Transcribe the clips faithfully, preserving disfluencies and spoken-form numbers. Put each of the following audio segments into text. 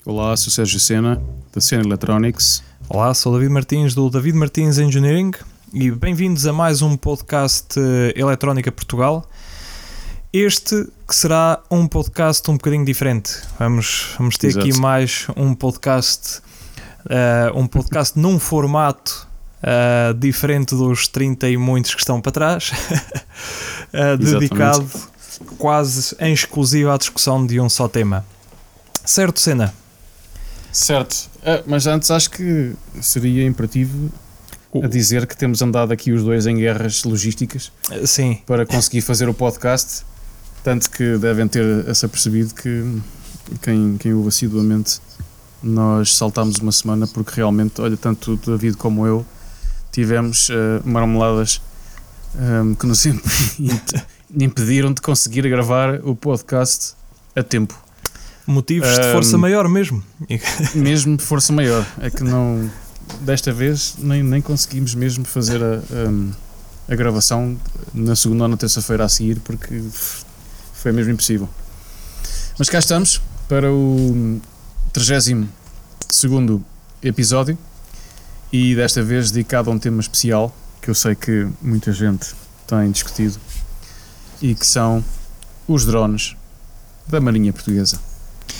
Olá, sou Sérgio Sena, da Sena Electronics. Olá, sou David Martins, do David Martins Engineering, e bem-vindos a mais um podcast uh, Eletrónica Portugal. Este que será um podcast um bocadinho diferente. Vamos, vamos ter Exato. aqui mais um podcast, uh, um podcast num formato uh, diferente dos trinta e muitos que estão para trás, uh, dedicado quase em exclusivo à discussão de um só tema. Certo, Sena? Certo, ah, mas antes acho que seria imperativo a dizer que temos andado aqui os dois em guerras logísticas. Sim. Para conseguir fazer o podcast, tanto que devem ter se apercebido que quem, quem ouve assiduamente, nós saltámos uma semana porque realmente, olha, tanto o David como eu tivemos uh, marmeladas um, que nos imp- impediram de conseguir gravar o podcast a tempo. Motivos um, de força maior mesmo. Mesmo de força maior. É que não, desta vez nem, nem conseguimos mesmo fazer a, a, a gravação na segunda ou na terça-feira a seguir, porque foi mesmo impossível. Mas cá estamos para o trigésimo segundo episódio, e desta vez dedicado a um tema especial que eu sei que muita gente tem discutido, e que são os drones da Marinha Portuguesa.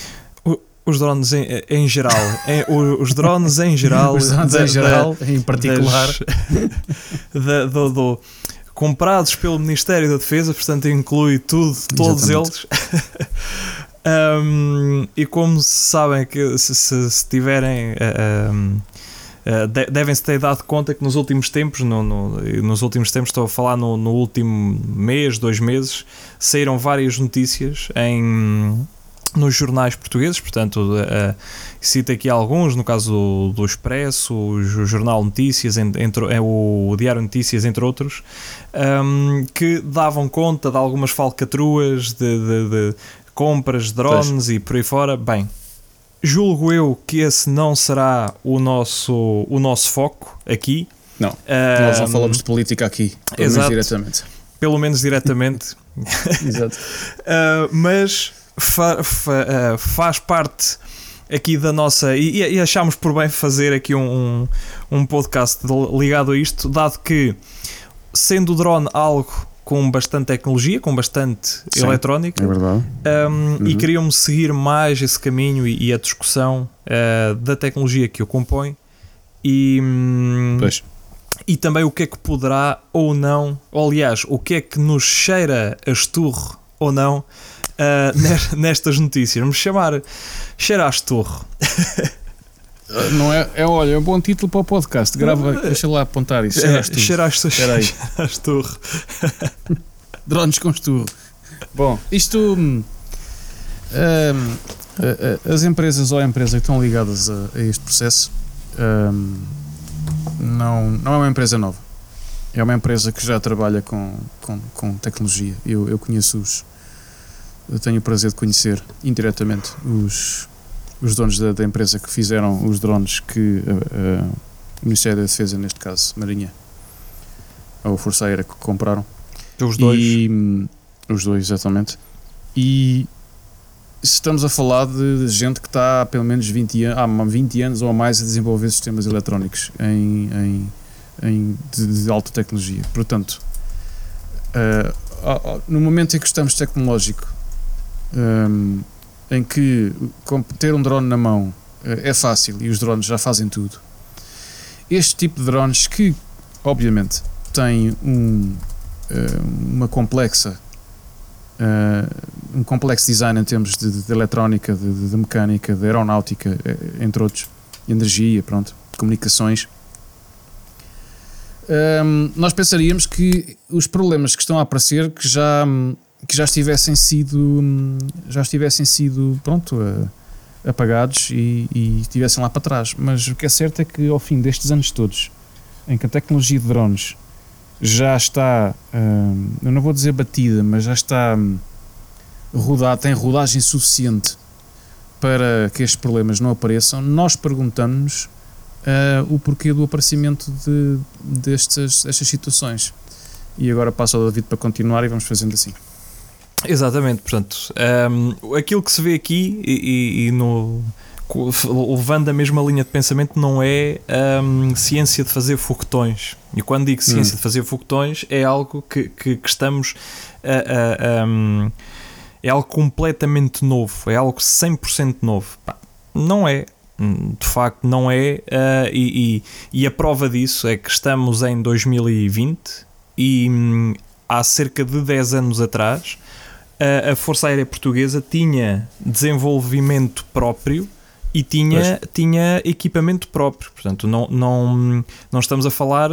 Os drones em, em geral, em, os drones em geral, os drones da, em geral, da, em particular, das, da, do, do, comprados pelo Ministério da Defesa, portanto inclui tudo, todos Exatamente. eles. um, e como sabem que se, se, se tiverem, um, uh, de, devem-se ter dado conta que nos últimos tempos, no, no, nos últimos tempos estou a falar no, no último mês, dois meses, saíram várias notícias em nos jornais portugueses, portanto uh, cito aqui alguns, no caso do, do Expresso, o Jornal Notícias, entre, é o Diário Notícias, entre outros, um, que davam conta de algumas falcatruas, de, de, de compras de drones pois. e por aí fora. Bem, julgo eu que esse não será o nosso, o nosso foco aqui. Não, uh, nós não falamos de política aqui, pelo exato, menos diretamente. Pelo menos diretamente. Exato. Uh, mas Fa, fa, uh, faz parte aqui da nossa, e, e achámos por bem fazer aqui um, um, um podcast ligado a isto, dado que, sendo o drone algo com bastante tecnologia, com bastante Sim, eletrónica, é verdade. Um, uhum. e queríamos seguir mais esse caminho e, e a discussão uh, da tecnologia que o compõe, e, pois. e também o que é que poderá ou não, ou, aliás, o que é que nos cheira a esturro ou não, Uh, nestas notícias. Vamos chamar Cheira a Esturro. Não é, é, olha, é um bom título para o podcast. Grava, deixa lá apontar isso. Cheira a Esturro. Cheira a Esturro. Cheira a Esturro. Drones com esturro. Bom, isto um, um, as empresas ou a empresa que estão ligadas a, a este processo um, não, não é uma empresa nova. É uma empresa que já trabalha com, com, com tecnologia. Eu, eu conheço os Eu tenho o prazer de conhecer indiretamente os, os donos da, da empresa que fizeram os drones que uh, uh, o Ministério da Defesa, neste caso Marinha ou Força Aérea, que compraram. Os dois. E, um, os dois, exatamente. E estamos a falar de gente que está há pelo menos vinte, an- há vinte anos ou mais a desenvolver sistemas eletrónicos em, em, em, de, de alta tecnologia. Portanto, uh, no momento em que estamos tecnológico, Um, em que ter um drone na mão uh, é fácil e os drones já fazem tudo, este tipo de drones que obviamente tem um, uh, uma complexa uh, um complexo design em termos de, de eletrónica, de, de, de mecânica, de aeronáutica, entre outros, energia, pronto, comunicações, um, nós pensaríamos que os problemas que estão a aparecer que já que já estivessem sido já estivessem sido pronto apagados e, e estivessem lá para trás, mas o que é certo é que ao fim destes anos todos em que a tecnologia de drones já está hum, eu não vou dizer batida, mas já está hum, rodada, tem rodagem suficiente para que estes problemas não apareçam, nós perguntamos-nos uh, o porquê do aparecimento de, destas, destas situações. E agora passo ao David para continuar e vamos fazendo assim. Exatamente, portanto, um, aquilo que se vê aqui e, e, e no, levando a mesma linha de pensamento, não é um, ciência de fazer foguetões. E quando digo ciência hum. de fazer foguetões, é algo que, que, que estamos a, a, a, um, é algo completamente novo, é algo cem por cento novo. Pá, não é, de facto não é, uh, e, e, e a prova disso é que estamos em dois mil e vinte e um, há cerca de dez anos atrás a, a Força Aérea Portuguesa tinha desenvolvimento próprio e tinha, tinha equipamento próprio, portanto não, não, não estamos a falar uh,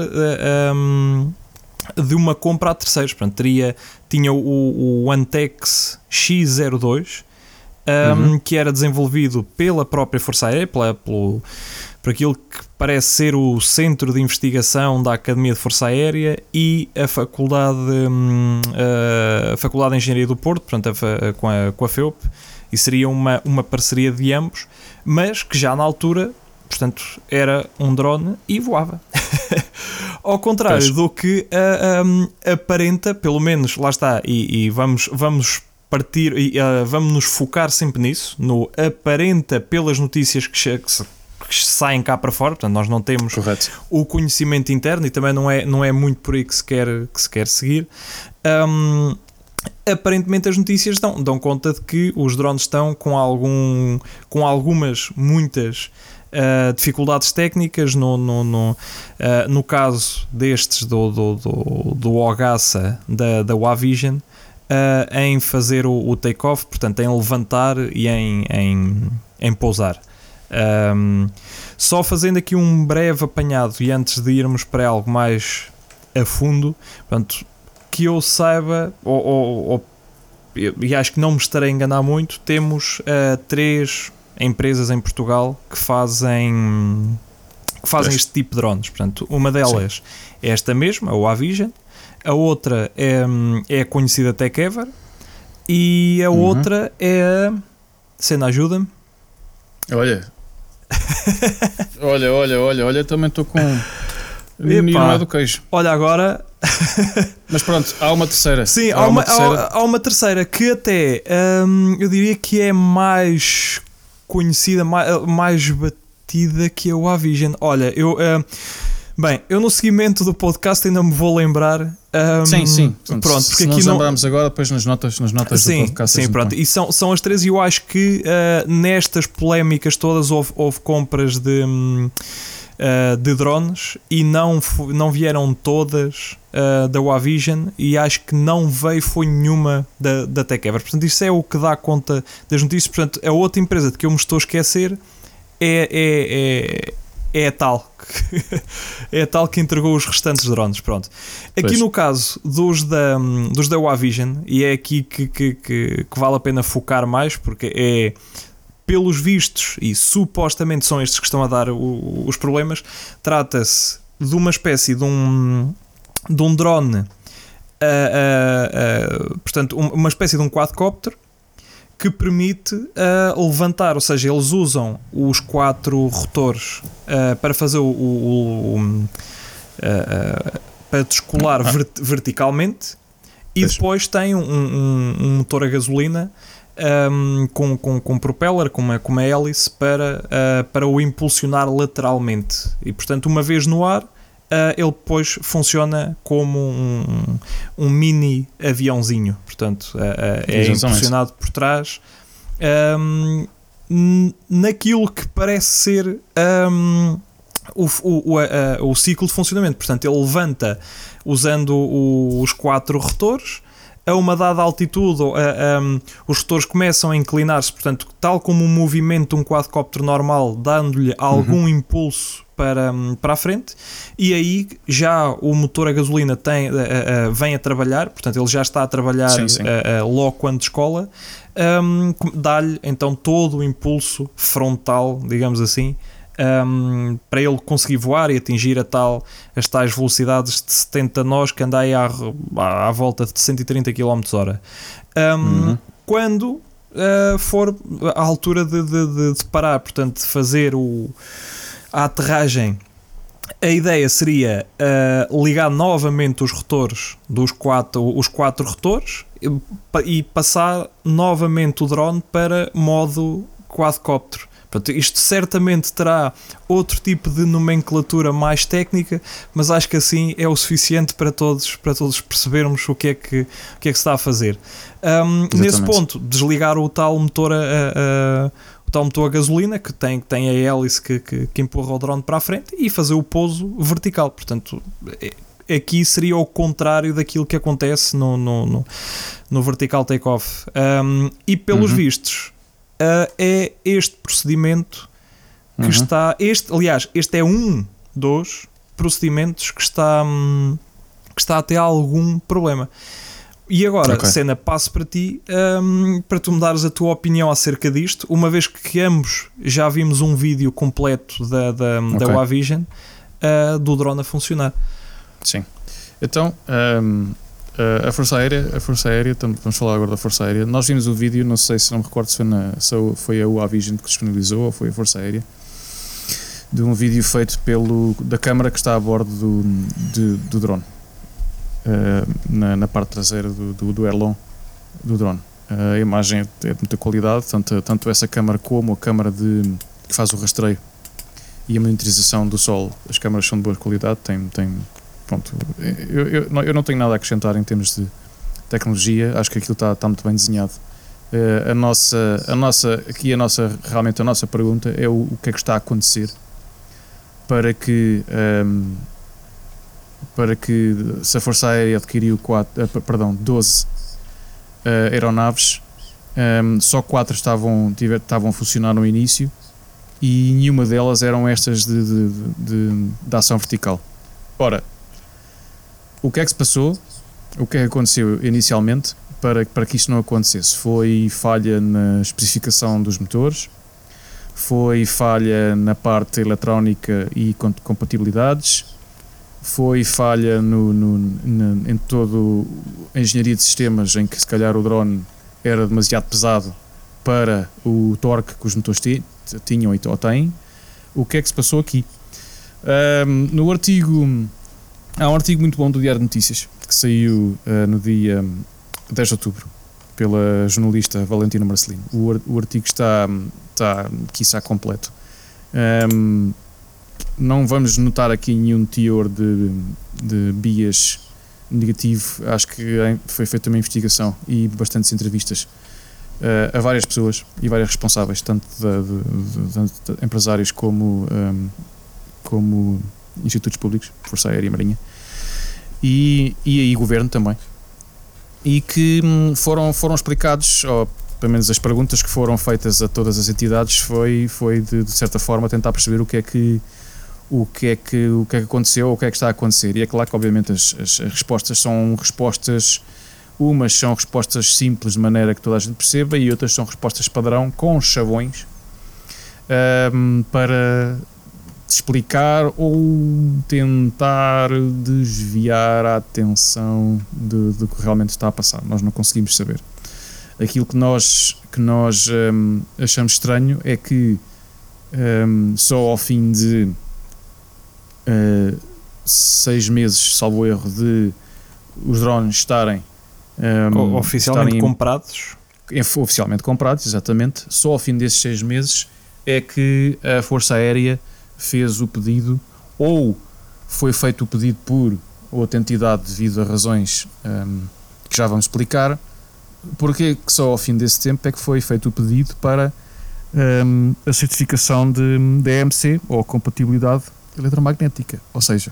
um, de uma compra a terceiros. Portanto, teria, tinha o, o Antex X zero dois, um, uhum. que era desenvolvido pela própria Força Aérea, pela, pelo, por aquilo que parece ser o Centro de Investigação da Academia de Força Aérea e a Faculdade, um, a Faculdade de Engenharia do Porto, portanto, a, a, com, a, com a F E U P, e seria uma, uma parceria de ambos, mas que já na altura, portanto, era um drone e voava. Ao contrário pois. do que uh, um, aparenta, pelo menos, lá está, e, e vamos, vamos partir, e, uh, vamos nos focar sempre nisso, no aparenta pelas notícias que, che- que, se, que saem cá para fora, portanto, nós não temos Correto. o conhecimento interno e também não é, não é muito por aí que se quer, que se quer seguir. Um, Aparentemente as notícias dão, dão conta de que os drones estão com, algum, com algumas, muitas uh, dificuldades técnicas. No, no, no, uh, no caso destes do, do, do, do Ogassa da, da Wavision, uh, em fazer o, o take-off, portanto em levantar e em, em, em pousar. Um, só fazendo aqui um breve apanhado e antes de irmos para algo mais a fundo, portanto, que eu saiba, ou, ou, ou, e acho que não me estarei a enganar muito, temos uh, três empresas em Portugal que fazem, que fazem este tipo de drones. Portanto, uma delas Sim. é esta mesma, a Wavision, a outra é, é a conhecida TechEver e a uhum. outra é a... Senna, ajuda-me. Olha. olha, olha, olha, olha, também estou com... Não é do queijo. Olha agora... Mas pronto, há uma terceira. Sim, há, há, uma, uma, terceira. Há, há uma terceira que até hum, eu diria que é mais conhecida, mais, mais batida que a Wavision. Olha, eu hum, bem, eu no seguimento do podcast ainda me vou lembrar. Hum, sim, sim. Portanto, pronto, se porque nós aqui lembramos não... agora, depois nas notas, nas notas sim, do podcast. Sim, pronto. E são, são as três, e eu acho que uh, nestas polémicas todas houve, houve compras de. Hum, Uh, de drones e não, não vieram todas uh, da Wavision, e acho que não veio foi nenhuma da, da TechEver. Portanto, isso é o que dá conta das notícias. Portanto, a outra empresa de que eu me estou a esquecer é, é, é, é a tal que, é a tal que entregou os restantes drones. Pronto. Aqui pois. no caso dos da, dos da Wavision, e é aqui que, que, que, que vale a pena focar mais, porque é pelos vistos, e supostamente são estes que estão a dar o, os problemas, trata-se de uma espécie de um, de um drone, uh, uh, uh, portanto, um, uma espécie de um quadcóptero que permite uh, levantar, ou seja, eles usam os quatro rotores uh, para fazer o, o, o uh, uh, para descolar ah. vert- verticalmente, e Deixa. depois tem um, um, um motor a gasolina Um, com, com, com propeller, com uma, com uma hélice para, uh, para o impulsionar lateralmente, e portanto uma vez no ar uh, ele depois funciona como um, um mini aviãozinho, portanto uh, uh, é impulsionado por trás um, naquilo que parece ser um, o, o, o, uh, o ciclo de funcionamento. Portanto, ele levanta usando o, os quatro rotores. A uma dada altitude, uh, um, os rotores começam a inclinar-se, portanto, tal como o movimento de um quadcóptero normal, dando-lhe algum uhum. impulso para, um, para a frente, e aí já o motor a gasolina tem, uh, uh, vem a trabalhar, portanto, ele já está a trabalhar sim, sim. Uh, uh, logo quando descola, um, dá-lhe então todo o impulso frontal, digamos assim, Um, para ele conseguir voar e atingir a tal, as tais velocidades de setenta nós que anda aí à, à, à volta de cento e trinta quilómetros por hora. Um, uhum. Quando uh, for a altura de, de, de, de parar, portanto, de fazer o, a aterragem, a ideia seria uh, ligar novamente os rotores dos quatro, os quatro rotores e, e passar novamente o drone para modo quadcóptero. Portanto, isto certamente terá outro tipo de nomenclatura mais técnica, mas acho que assim é o suficiente para todos, para todos percebermos o que é que, o que, é que se está a fazer. Um, nesse ponto, desligar o tal motor a, a, o tal motor a gasolina, que tem, que tem a hélice que, que, que empurra o drone para a frente, e fazer o pouso vertical. Portanto, aqui seria o contrário daquilo que acontece no, no, no, no vertical takeoff. Um, e pelos uhum. vistos, uh, é este procedimento que uhum. está... Este, aliás, este é um dos procedimentos que está, um, que está a ter algum problema. E agora, okay. Cena, passo para ti, um, para tu me dares a tua opinião acerca disto, uma vez que ambos já vimos um vídeo completo da, da, okay. da Wavision uh, do drone a funcionar. Sim. Então, um, a Força Aérea, a Força Aérea, vamos falar agora da Força Aérea. Nós vimos o vídeo, não sei se não me recordo se foi, na, se foi a Wavision que disponibilizou ou foi a Força Aérea, de um vídeo feito pelo, da câmara que está a bordo do, de, do drone. Uh, na, na parte traseira do, do, do airlon do drone. Uh, a imagem é de muita qualidade, tanto, tanto essa câmara como a câmara de, que faz o rastreio e a monitorização do solo. As câmaras são de boa qualidade, tem, tem, pronto, eu, eu, eu não tenho nada a acrescentar em termos de tecnologia, acho que aquilo está, está muito bem desenhado. Uh, a nossa, a nossa, aqui a nossa, realmente a nossa pergunta é o, o que é que está a acontecer para que um, para que, se a Força Aérea adquiriu quatro, uh, perdão, doze uh, aeronaves, um, só quatro estavam, tiver, estavam a funcionar no início e nenhuma delas eram estas de, de, de, de ação vertical. Ora, o que é que se passou? O que é que aconteceu inicialmente para, para que isto não acontecesse? Foi falha na especificação dos motores, foi falha na parte eletrónica e compatibilidades, foi falha no, no, no, em todo a engenharia de sistemas, em que se calhar o drone era demasiado pesado para o torque que os motores tinham ou têm. O que é que se passou aqui? Um, no artigo, há um artigo muito bom do Diário de Notícias que saiu uh, no dia dez de outubro pela jornalista Valentina Marcelino. O, o artigo está, está quiçá completo. Um, Não vamos notar aqui nenhum teor de, de bias negativo. Acho que foi feita uma investigação e bastantes entrevistas uh, a várias pessoas e várias responsáveis, tanto de, de, de, de empresários como, um, como institutos públicos, Força Aérea e Marinha, e, e aí governo também, e que foram, foram explicados, ou pelo menos as perguntas que foram feitas a todas as entidades foi, foi de, de certa forma tentar perceber o que é que o que é que, o que é que aconteceu ou o que é que está a acontecer. E é claro que obviamente as, as, as respostas são respostas, umas são respostas simples de maneira que toda a gente perceba e outras são respostas padrão com chavões um, para explicar ou tentar desviar a atenção do, do que realmente está a passar. Nós não conseguimos saber. Aquilo que nós, que nós um, achamos estranho é que um, só ao fim de Uh, seis meses, salvo erro, de os drones estarem um, oficialmente estarem, comprados oficialmente comprados, exatamente, só ao fim desses seis meses é que a Força Aérea fez o pedido, ou foi feito o pedido por outra entidade devido a razões um, que já vamos explicar, porque que só ao fim desse tempo é que foi feito o pedido para um, a certificação de, de E M C ou compatibilidade eletromagnética. Ou seja,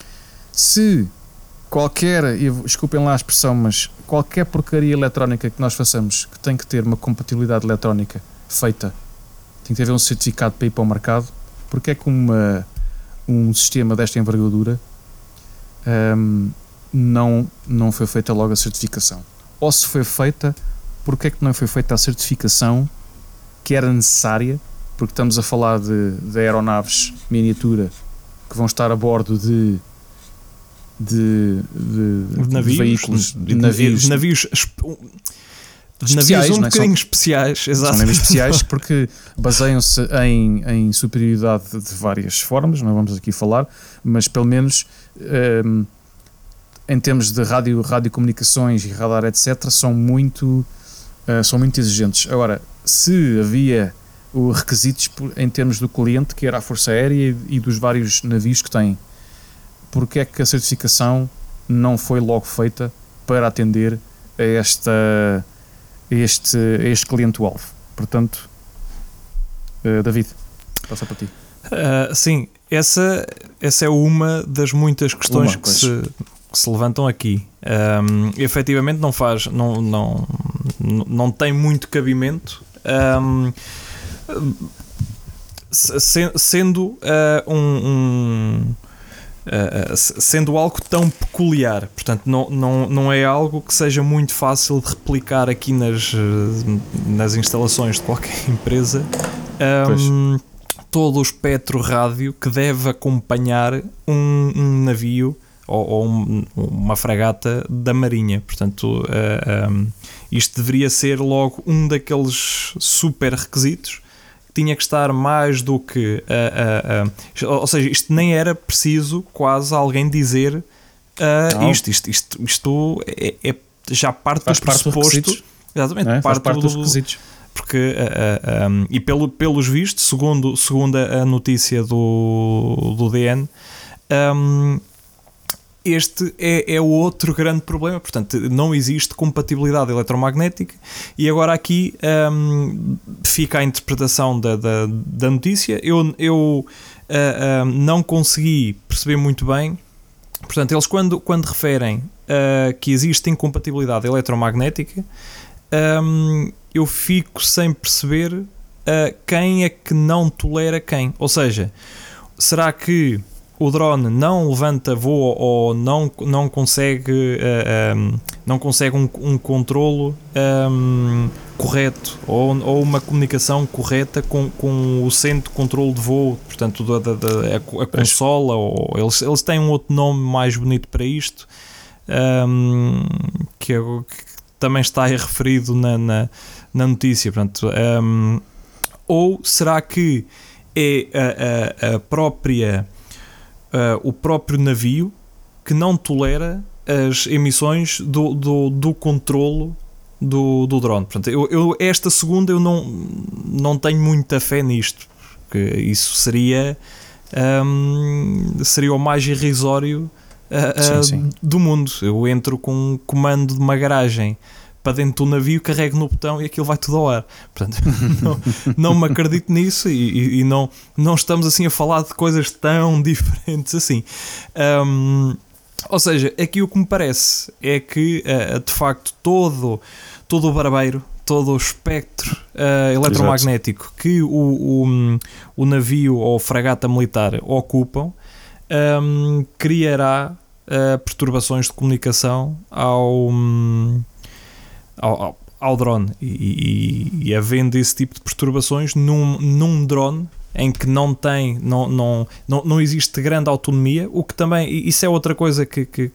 se qualquer, desculpem lá a expressão, mas qualquer porcaria eletrónica que nós façamos que tem que ter uma compatibilidade eletrónica feita, tem que haver um certificado para ir para o mercado, porque é que uma, um sistema desta envergadura um, não, não foi feita logo a certificação? Ou se foi feita, porque é que não foi feita a certificação que era necessária, porque estamos a falar de, de aeronaves miniatura que vão estar a bordo de, de, de, de, navios, de veículos, de, de navios, de navios, de navios um bocadinho especiais, exato. São navios especiais porque baseiam-se em, em superioridade de várias formas, não vamos aqui falar, mas pelo menos um, em termos de rádio, radiocomunicações e radar, etcétera, são muito, uh, são muito exigentes. Agora, se havia os requisitos em termos do cliente, que era a Força Aérea e dos vários navios que têm. Porque é que a certificação não foi logo feita para atender a, esta, a este, a este cliente-alvo? Portanto, uh, David, passa para ti. Uh, sim, essa, essa é uma das muitas questões uma, que, se, que se levantam aqui. Um, efetivamente não faz, não, não, não tem muito cabimento, um, sendo uh, um, um uh, sendo algo tão peculiar. Portanto, não, não, não é algo que seja muito fácil de replicar aqui nas, nas instalações de qualquer empresa. Um, todo o espectro rádio que deve acompanhar um, um navio ou, ou um, uma fragata da Marinha. Portanto, uh, um, isto deveria ser logo um daqueles super requisitos que tinha que estar mais do que uh, uh, uh, ou seja, isto nem era preciso quase alguém dizer uh, isto, isto, isto, isto é, é já parte faz do pressuposto, exatamente, é? parte, faz parte do, dos requisitos. Porque, uh, uh, um, e pelo, pelos vistos, segundo, segundo a notícia do, do D N, um, este é, é o outro grande problema. Portanto, não existe compatibilidade eletromagnética. E agora aqui um, fica a interpretação da, da, da notícia. Eu, eu uh, uh, não consegui perceber muito bem. Portanto, eles quando, quando referem uh, que existe incompatibilidade eletromagnética, um, eu fico sem perceber uh, quem é que não tolera quem. Ou seja, será que o drone não levanta voo ou não, não consegue, uh, um, não consegue um, um controlo um, correto ou, ou uma comunicação correta com, com o centro de controle de voo, portanto da, da, da, a, a consola, ou eles, eles têm um outro nome mais bonito para isto, um, que, é, que também está aí referido na, na, na notícia. Portanto, um, ou será que é a, a, a própria Uh, o próprio navio que não tolera as emissões do, do, do controlo do, do drone? Portanto, eu, eu, esta segunda eu não, não tenho muita fé nisto, porque isso seria, um, seria o mais irrisório uh, sim, sim. Uh, do mundo. Eu entro com um comando de uma garagem para dentro do navio, carrego no botão e aquilo vai tudo ao ar. Portanto, não, não me acredito nisso, e, e, e não, não estamos assim a falar de coisas tão diferentes assim. Um, ou seja, aqui o que me parece é que uh, de facto todo, todo o barbeiro, todo o espectro uh, eletromagnético Exato. que o, o, o navio ou fragata militar ocupam um, criará uh, perturbações de comunicação ao... Um, Ao, ao, ao drone, e, e, e havendo esse tipo de perturbações num, num drone em que não tem, não, não, não, não existe grande autonomia, o que também, isso é outra coisa que, que,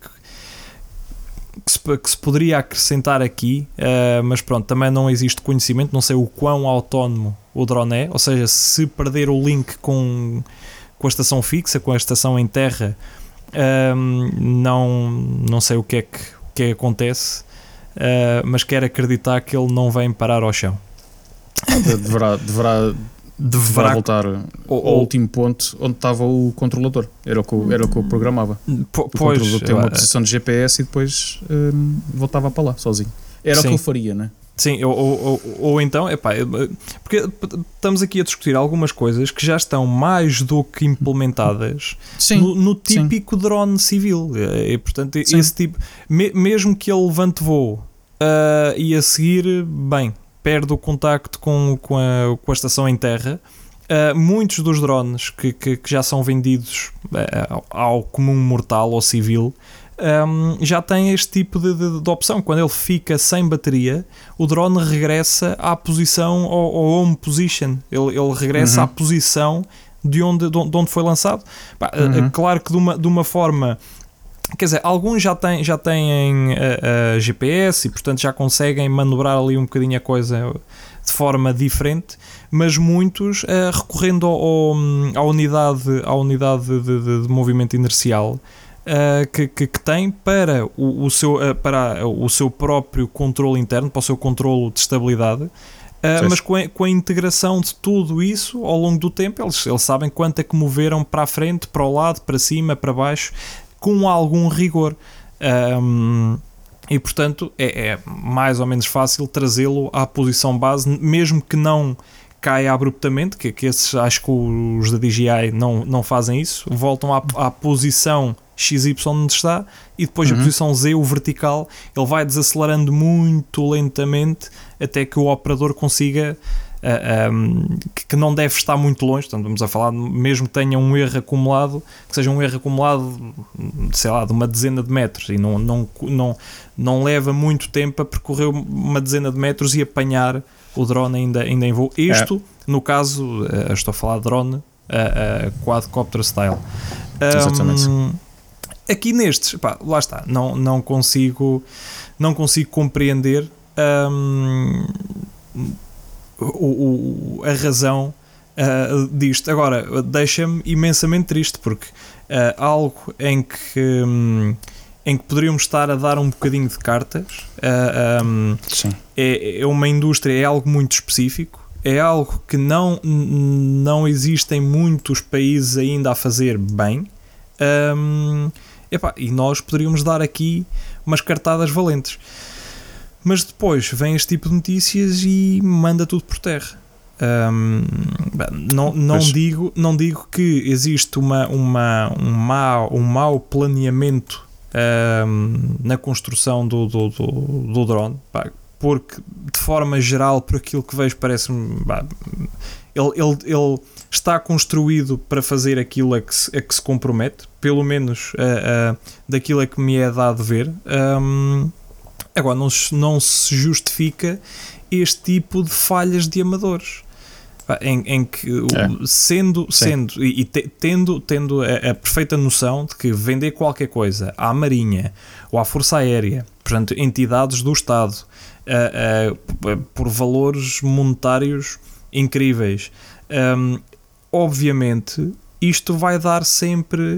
que, se, que se poderia acrescentar aqui, uh, mas pronto, também não existe conhecimento, não sei o quão autónomo o drone é, ou seja, se perder o link com, com a estação fixa, com a estação em terra, um, não, não sei o que é que, o que, é que acontece. Uh, mas quero acreditar que ele não vem parar ao chão. Deverá, deverá, deverá voltar ao, ao último ponto onde estava o controlador. Era o que eu, era o que eu programava. P- o pois, controlador tem uma posição de G P S e depois um, voltava para lá sozinho. Era Sim. o que eu faria, não é? Sim, ou, ou, ou, ou então, epá, porque estamos aqui a discutir algumas coisas que já estão mais do que implementadas sim, no, no típico sim. drone civil. E, portanto, sim. esse tipo, me, mesmo que ele levante voo uh, e a seguir, bem, perde o contacto com, com, a, com a estação em terra, uh, muitos dos drones que, que, que já são vendidos uh, ao comum mortal ou civil, Um, já tem este tipo de, de, de opção. Quando ele fica sem bateria, o drone regressa à posição, ao, ao home position, ele, ele regressa uhum. à posição de onde, de onde foi lançado. Bah, uhum. Claro que de uma, de uma forma, quer dizer, alguns já têm, já têm a, a G P S e portanto já conseguem manobrar ali um bocadinho a coisa de forma diferente, mas muitos uh, recorrendo ao, ao, à unidade, à unidade de, de, de movimento inercial Uh, que, que, que tem para o, o seu, uh, para o seu próprio controle interno, para o seu controle de estabilidade, Uh, mas com a, com a integração de tudo isso ao longo do tempo, eles, eles sabem quanto é que moveram para a frente, para o lado, para cima, para baixo, com algum rigor. Um, e portanto é, é mais ou menos fácil trazê-lo à posição base, mesmo que não caia abruptamente, que, que esses, acho que os da D J I não, não fazem isso, voltam à, à posição X Y onde está, e depois uhum. a posição Z, o vertical, ele vai desacelerando muito lentamente até que o operador consiga uh, um, que, que não deve estar muito longe. Portanto, vamos a falar, mesmo que tenha um erro acumulado, que seja um erro acumulado, sei lá, de uma dezena de metros, e não, não, não, não leva muito tempo a percorrer uma dezena de metros e apanhar o drone ainda, ainda em voo. Isto, é. no caso, uh, estou a falar de drone uh, uh, quadcopter style. Exatamente. Um, aqui nestes, pá, lá está, não, não, consigo, não consigo compreender um, o, o, a razão uh, disto. Agora, deixa-me imensamente triste, porque uh, algo em que... Um, em que poderíamos estar a dar um bocadinho de cartas, uh, um, é, é uma indústria, é algo muito específico, é algo que não, não existem muitos países ainda a fazer bem, um, epá, e nós poderíamos dar aqui umas cartadas valentes. Mas depois vem este tipo de notícias e manda tudo por terra. Um, não, não, digo, não digo que existe uma, uma, um, mau, um mau planeamento Um, na construção do, do, do, do drone, pá, porque de forma geral, por aquilo que vejo, parece-me pá, ele, ele, ele está construído para fazer aquilo a que se, a que se compromete, pelo menos uh, uh, daquilo a que me é dado ver. Um, agora, não, não se justifica este tipo de falhas de amadores. Em, em que, é. sendo, sendo e, e te, tendo, tendo a, a perfeita noção de que vender qualquer coisa à Marinha ou à Força Aérea, portanto, entidades do Estado, uh, uh, por valores monetários incríveis, um, obviamente isto vai dar sempre, uh,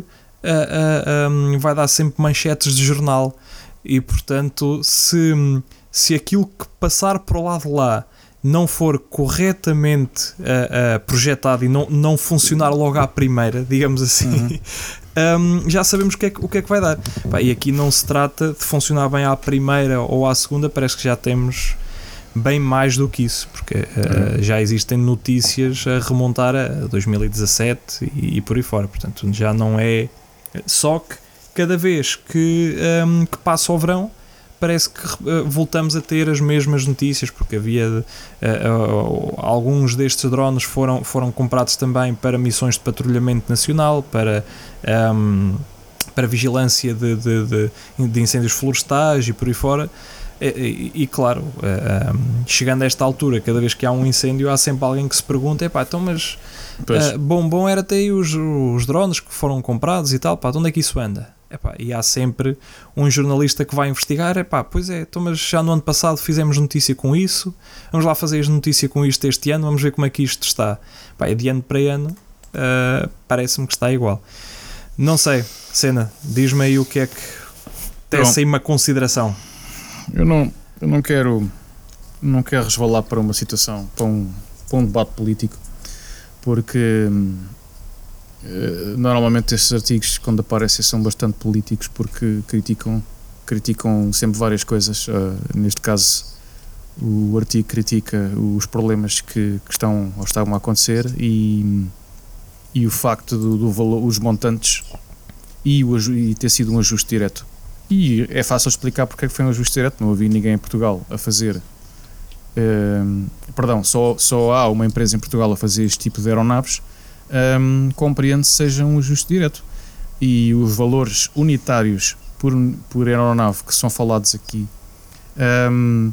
uh, um, vai dar sempre manchetes de jornal, e portanto, se, se aquilo que passar para o lado de lá não for corretamente uh, uh, projetado e não, não funcionar logo à primeira, digamos assim, uhum. um, já sabemos o que, é que, o que é que vai dar. Pá, e aqui não se trata de funcionar bem à primeira ou à segunda, parece que já temos bem mais do que isso, porque uh, uhum. já existem notícias a remontar a dois mil e dezassete e, e por aí fora. Portanto, já não é... Só que cada vez que, um, que passa o verão, parece que uh, voltamos a ter as mesmas notícias, porque havia uh, uh, alguns destes drones foram, foram comprados também para missões de patrulhamento nacional, para, um, para vigilância de, de, de, de incêndios florestais e por aí fora. E, e, e claro, uh, um, chegando a esta altura, cada vez que há um incêndio, há sempre alguém que se pergunta: epá, então, mas uh, bom, bom era ter aí os, os drones que foram comprados e tal, pá, de onde é que isso anda? Epá, e há sempre um jornalista que vai investigar. Epá, pois é, então, mas já no ano passado fizemos notícia com isso, vamos lá fazer notícia com isto este ano, vamos ver como é que isto está. Epá, de ano para ano uh, parece-me que está igual. Não sei, Sena, diz-me aí o que é que tece aí uma consideração. Eu não, eu não quero não quero resvalar para uma situação, para um, para um debate político, porque normalmente estes artigos, quando aparecem, são bastante políticos, porque criticam, criticam sempre várias coisas. Uh, neste caso, o artigo critica os problemas que, que estão ou estavam a acontecer e, e o facto do, do valor, os montantes e, o, e ter sido um ajuste direto. E é fácil explicar porque é que foi um ajuste direto. Não havia ninguém em Portugal a fazer. Uh, perdão, só, só há uma empresa em Portugal a fazer este tipo de aeronaves. Um, compreende-se seja um ajuste direto, e os valores unitários por, por aeronave que são falados aqui, um,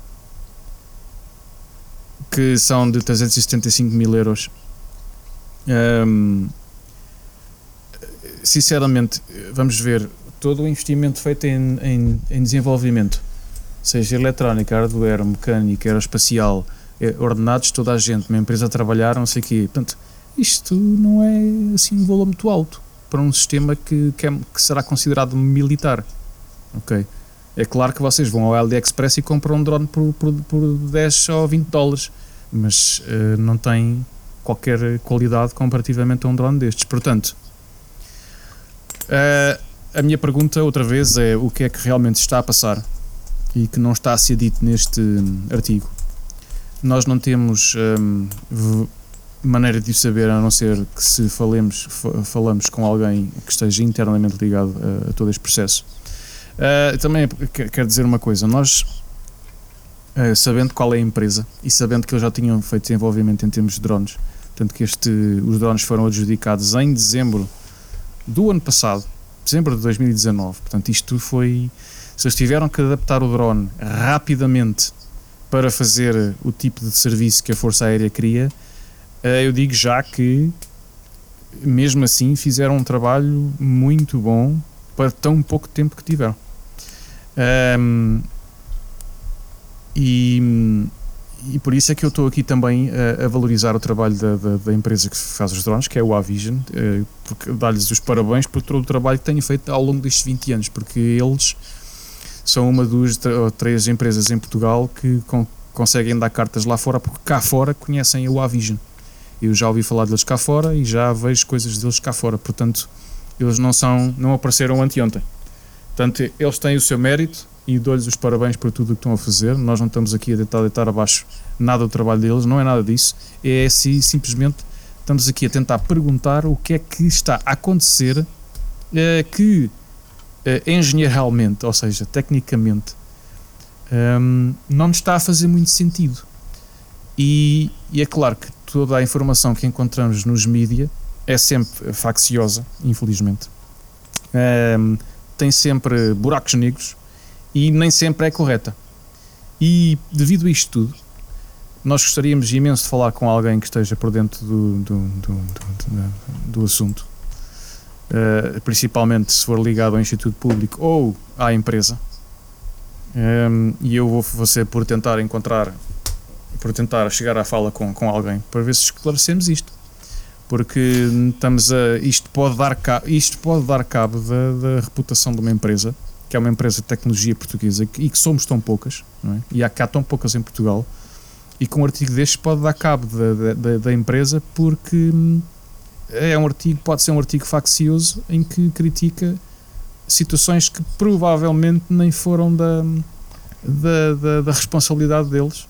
que são de trezentos e setenta e cinco mil euros, um, sinceramente, vamos ver todo o investimento feito em, em, em desenvolvimento, seja eletrónica, hardware, mecânica, aeroespacial, ordenados, toda a gente, uma empresa a trabalhar, não sei o quê. Portanto, isto não é assim um valor muito alto para um sistema que, que, é, que será considerado militar. Ok? É claro que vocês vão ao AliExpress e compram um drone por, por, por dez ou vinte dólares. mas uh, não tem qualquer qualidade comparativamente a um drone destes. Portanto, uh, a minha pergunta outra vez é o que é que realmente está a passar e que não está a ser dito neste artigo. Nós não temos um, maneira de o saber, a não ser que se falemos, falamos com alguém que esteja internamente ligado a, a todo este processo. Uh, também quero dizer uma coisa, nós uh, sabendo qual é a empresa e sabendo que eles já tinham feito desenvolvimento em termos de drones, portanto que este, os drones foram adjudicados em dezembro do ano passado, dezembro de dois mil e dezanove, portanto isto foi, se eles tiveram que adaptar o drone rapidamente para fazer o tipo de serviço que a Força Aérea queria, uh, eu digo já que mesmo assim fizeram um trabalho muito bom para tão pouco tempo que tiveram. Um, e, e por isso é que eu estou aqui também a, a valorizar o trabalho da, da, da empresa que faz os drones, que é o Avision, uh, porque dá-lhes os parabéns por todo o trabalho que têm feito ao longo destes vinte anos, porque eles são uma, duas ou três empresas em Portugal que con- conseguem dar cartas lá fora, porque cá fora conhecem o Avision. Eu já ouvi falar deles cá fora e já vejo coisas deles cá fora, portanto eles não são, não apareceram anteontem. Portanto, eles têm o seu mérito e dou-lhes os parabéns por tudo o que estão a fazer. Nós não estamos aqui a tentar deitar abaixo nada do trabalho deles, não é nada disso. É assim, simplesmente estamos aqui a tentar perguntar o que é que está a acontecer eh, que eh, engenheiralmente, ou seja, tecnicamente, um, não nos está a fazer muito sentido. E, e é claro que toda a informação que encontramos nos mídia é sempre facciosa, infelizmente. Um, tem sempre buracos negros e nem sempre é correta. E devido a isto tudo, nós gostaríamos imenso de falar com alguém que esteja por dentro do, do, do, do, do assunto, uh, principalmente se for ligado ao Instituto Público ou à empresa. Um, e eu vou, vou ser por tentar encontrar, por tentar chegar à fala com, com alguém para ver se esclarecemos isto. Porque estamos a, isto, pode dar cabo, isto pode dar cabo da, da reputação de uma empresa, que é uma empresa de tecnologia portuguesa e que somos tão poucas, não é? E há cá tão poucas em Portugal, e com um artigo destes pode dar cabo da, da, da empresa, porque é um artigo, pode ser um artigo faccioso em que critica situações que provavelmente nem foram da, da, da, da responsabilidade deles.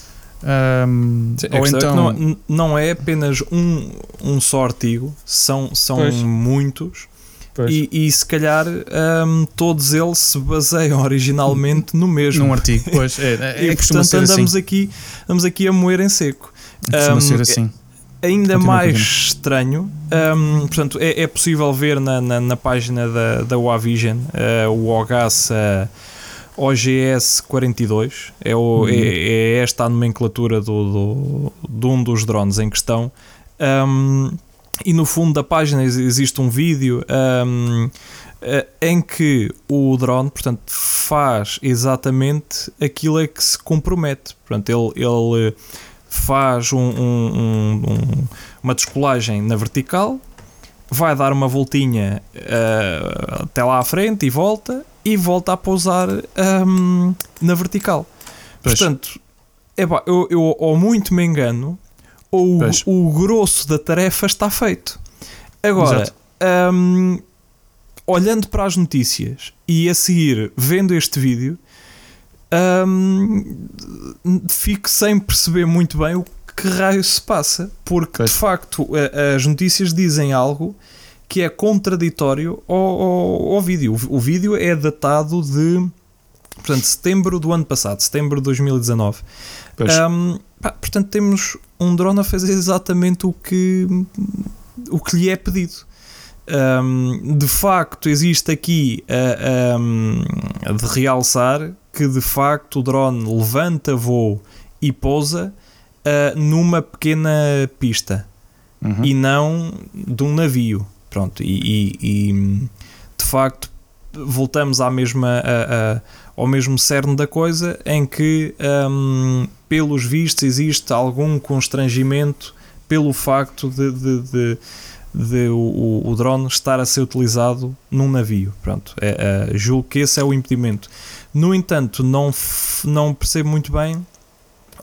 Um, Sim, ou então é não, não é apenas um, um só artigo, são, são muitos e, e se calhar um, todos eles se baseiam originalmente no mesmo num artigo, pois é, é, e é portanto ser andamos, assim. aqui, andamos aqui a moer em seco. Costuma um, ser assim. Ainda Continua, mais continua. estranho, um, portanto é, é possível ver na, na, na página da, da Wavision uh, o OGASA O G S quarenta e dois, é, o, uhum. é, é esta a nomenclatura do, do, de um dos drones em questão, um, e no fundo da página existe um vídeo um, em que o drone, portanto, faz exatamente aquilo a que se compromete. Portanto, ele, ele faz um, um, um, uma descolagem na vertical, vai dar uma voltinha uh, até lá à frente e volta, e volta a pousar um, na vertical. Pois. Portanto, epá, eu, eu ou muito me engano, ou o, o grosso da tarefa está feito. Agora, um, olhando para as notícias e a seguir vendo este vídeo, um, fico sem perceber muito bem o que raio se passa, porque pois. De facto a, as notícias dizem algo que é contraditório ao, ao, ao vídeo. O, o vídeo é datado de, portanto, setembro do ano passado, setembro de dois mil e dezanove. Um, pá, portanto, temos um drone a fazer exatamente o que, o que lhe é pedido. Um, de facto, existe aqui a, a, a de realçar que, de facto, o drone levanta voo e pousa uh, numa pequena pista, uhum. e não de um navio. Pronto, e, e, e de facto voltamos à mesma, a, a, ao mesmo cerne da coisa, em que um, pelos vistos existe algum constrangimento pelo facto de, de, de, de o, o drone estar a ser utilizado num navio. Pronto, é, é, julgo que esse é o impedimento. No entanto, não, não percebo muito bem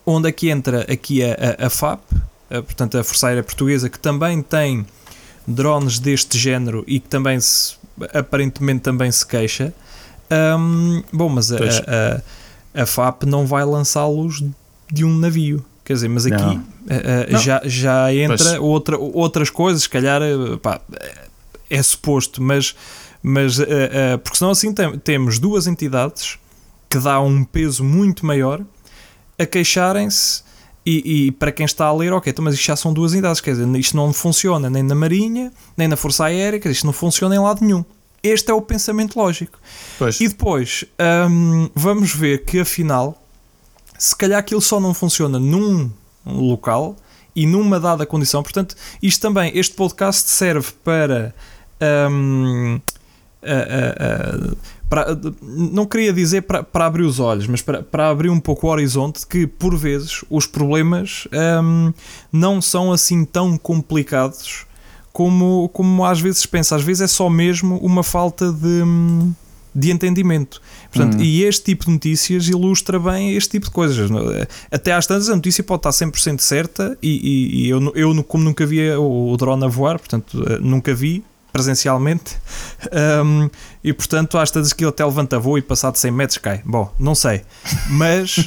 onde é que entra aqui a, a, a F A P, a, portanto a Força Aérea Portuguesa, que também tem drones deste género e que também se, aparentemente também se queixa. Um, bom, mas a, a, a, a F A P não vai lançá-los de um navio, quer dizer, mas aqui a, a, já, já entra outra, outras coisas, se calhar, pá, é suposto, mas, mas a, a, porque senão assim tem, temos duas entidades que dá um peso muito maior a queixarem-se. E, e para quem está a ler, ok, então, mas isto já são duas entidades, quer dizer, isto não funciona nem na Marinha, nem na Força Aérea, quer dizer, isto não funciona em lado nenhum. Este é o pensamento lógico. Pois. E depois hum, vamos ver que afinal, se calhar aquilo só não funciona num local e numa dada condição. Portanto, isto também, este podcast serve para, hum, a, a, a, para não queria dizer para, para abrir os olhos, mas para, para abrir um pouco o horizonte de que por vezes os problemas hum, não são assim tão complicados Como, como às vezes se pensa. Às vezes é só mesmo uma falta de, de entendimento. Portanto, hum. E este tipo de notícias ilustra bem este tipo de coisas. Até às tantas a notícia pode estar cem por cento certa e, e, e eu, eu, como nunca vi o, o drone a voar, portanto, nunca vi presencialmente, um, e portanto às tantas que ele até levanta voo e passado cem metros cai. Bom, não sei. Mas...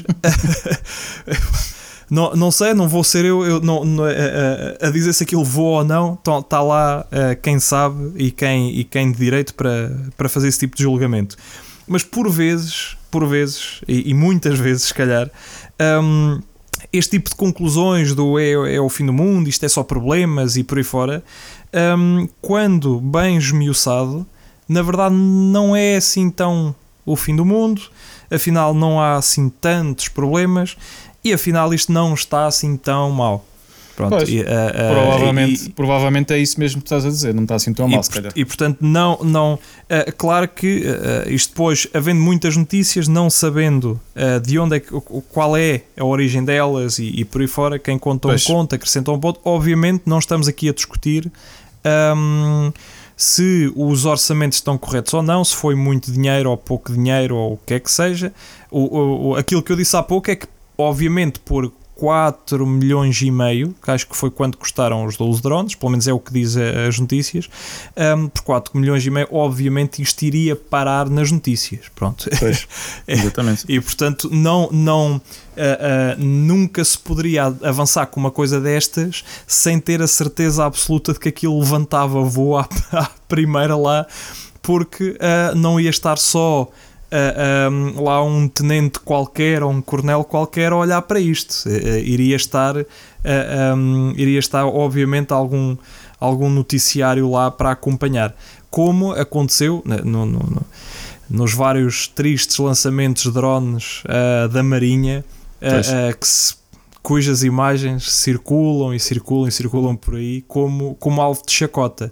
Não, não sei, não vou ser eu, eu não, não, a, a dizer se aquilo voa ou não. Está lá uh, quem sabe e quem, e quem de direito para, para fazer esse tipo de julgamento. Mas por vezes, por vezes e, e muitas vezes se calhar, um, este tipo de conclusões do é, é o fim do mundo, isto é só problemas e por aí fora, um, quando bem esmiuçado, na verdade não é assim tão o fim do mundo. Afinal não há assim tantos problemas. E afinal isto não está assim tão mal. Pronto, pois, e, uh, uh, provavelmente, e, provavelmente é isso mesmo que estás a dizer, não está assim tão e, mal, se calhar. E portanto, não, não, uh, claro que uh, isto depois, havendo muitas notícias, não sabendo uh, de onde é que, qual é a origem delas e, e por aí fora, quem conta um pois. conta, acrescenta um ponto, obviamente não estamos aqui a discutir um, se os orçamentos estão corretos ou não, se foi muito dinheiro ou pouco dinheiro ou o que é que seja. O, o, aquilo que eu disse há pouco é que obviamente por quatro milhões e meio, que acho que foi quanto custaram os doze drones, pelo menos é o que diz as notícias, um, por quatro milhões e meio, obviamente isto iria parar nas notícias. Pronto. Pois, exatamente. E portanto não, não, uh, uh, nunca se poderia avançar com uma coisa destas sem ter a certeza absoluta de que aquilo levantava voo à, à primeira lá, porque uh, não ia estar só Uh, um, lá um tenente qualquer ou um coronel qualquer a olhar para isto. Uh, iria estar uh, um, iria estar obviamente algum, algum noticiário lá para acompanhar, como aconteceu no, no, no, nos vários tristes lançamentos de drones uh, da Marinha, uh, uh, que se, cujas imagens circulam e circulam e circulam por aí como, como alvo de chacota.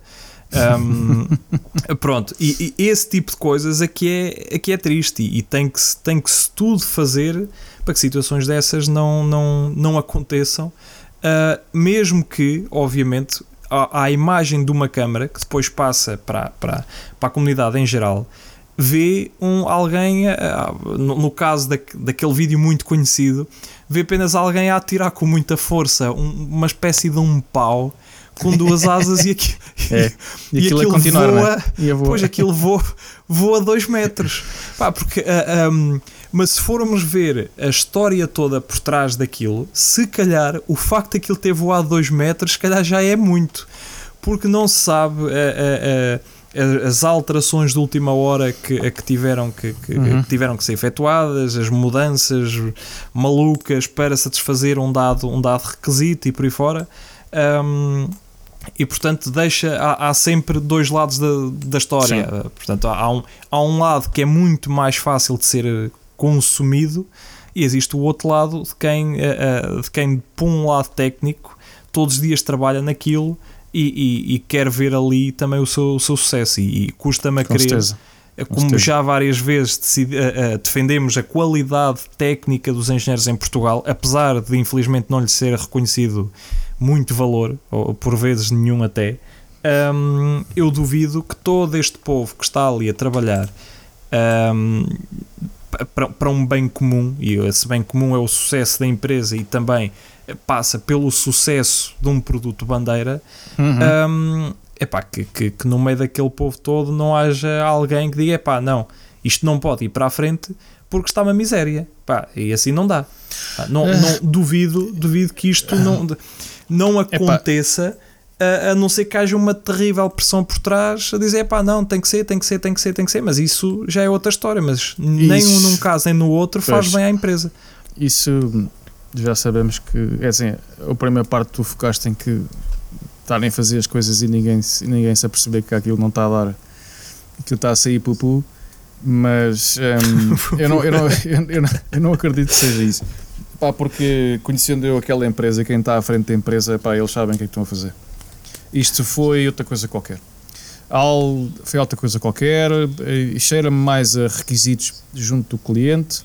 Um, pronto, e, e esse tipo de coisas aqui é, aqui é triste e, e tem que se tem que se tudo fazer para que situações dessas não, não, não aconteçam, uh, mesmo que obviamente a, a imagem de uma câmara que depois passa para, para, para a comunidade em geral vê um, alguém, uh, no, no caso da, daquele vídeo muito conhecido, vê apenas alguém a atirar com muita força um, uma espécie de um pau com duas asas e, aqui, é. e, e aquilo, aquilo a continuar, voa, né? e voa. Pois aquilo voa, voa dois metros. Pá, porque, uh, um, mas se formos ver a história toda por trás daquilo, se calhar o facto de aquilo ter voado dois metros, se calhar já é muito, porque não se sabe uh, uh, uh, as alterações de última hora que, que, tiveram, que, que, uhum. que tiveram que ser efetuadas, as mudanças malucas para satisfazer um dado, um dado requisito e por aí fora. Um, e portanto deixa, há, há sempre dois lados da, da história. Sim. Portanto há um, há um lado que é muito mais fácil de ser consumido e existe o outro lado de quem, de quem por um lado técnico todos os dias trabalha naquilo e, e, e quer ver ali também o seu, o seu sucesso e, e custa-me a querer, certeza. como já várias vezes decidi, uh, uh, defendemos a qualidade técnica dos engenheiros em Portugal, apesar de infelizmente não lhe ser reconhecido muito valor, ou por vezes nenhum até, um, eu duvido que todo este povo que está ali a trabalhar um, para, para um bem comum, e esse bem comum é o sucesso da empresa e também passa pelo sucesso de um produto bandeira, Uhum. um, epá, que, que, que no meio daquele povo todo não haja alguém que diga, epá, não, isto não pode ir para a frente porque está uma miséria, pá, e assim não dá. Pá, não, não, duvido, duvido que isto não, não aconteça, a, a não ser que haja uma terrível pressão por trás a dizer, epá, não, tem que ser, tem que ser, tem que ser, tem que ser, mas isso já é outra história, mas nem um num caso nem no outro faz Pois. bem à empresa. Isso já sabemos que, é assim, a primeira parte tu focaste em que estarem a fazer as coisas e ninguém, se- ninguém se aperceber que aquilo não está a dar, aquilo está a sair pupu, mas hum, eu, não, eu, não, eu, eu não, eu não acredito que seja isso. Pá, porque conhecendo eu aquela empresa, quem está à frente da empresa, pá, eles sabem o que é que estão a fazer. Isto foi outra coisa qualquer. Al, foi outra coisa qualquer, eh, cheira-me mais a requisitos junto do cliente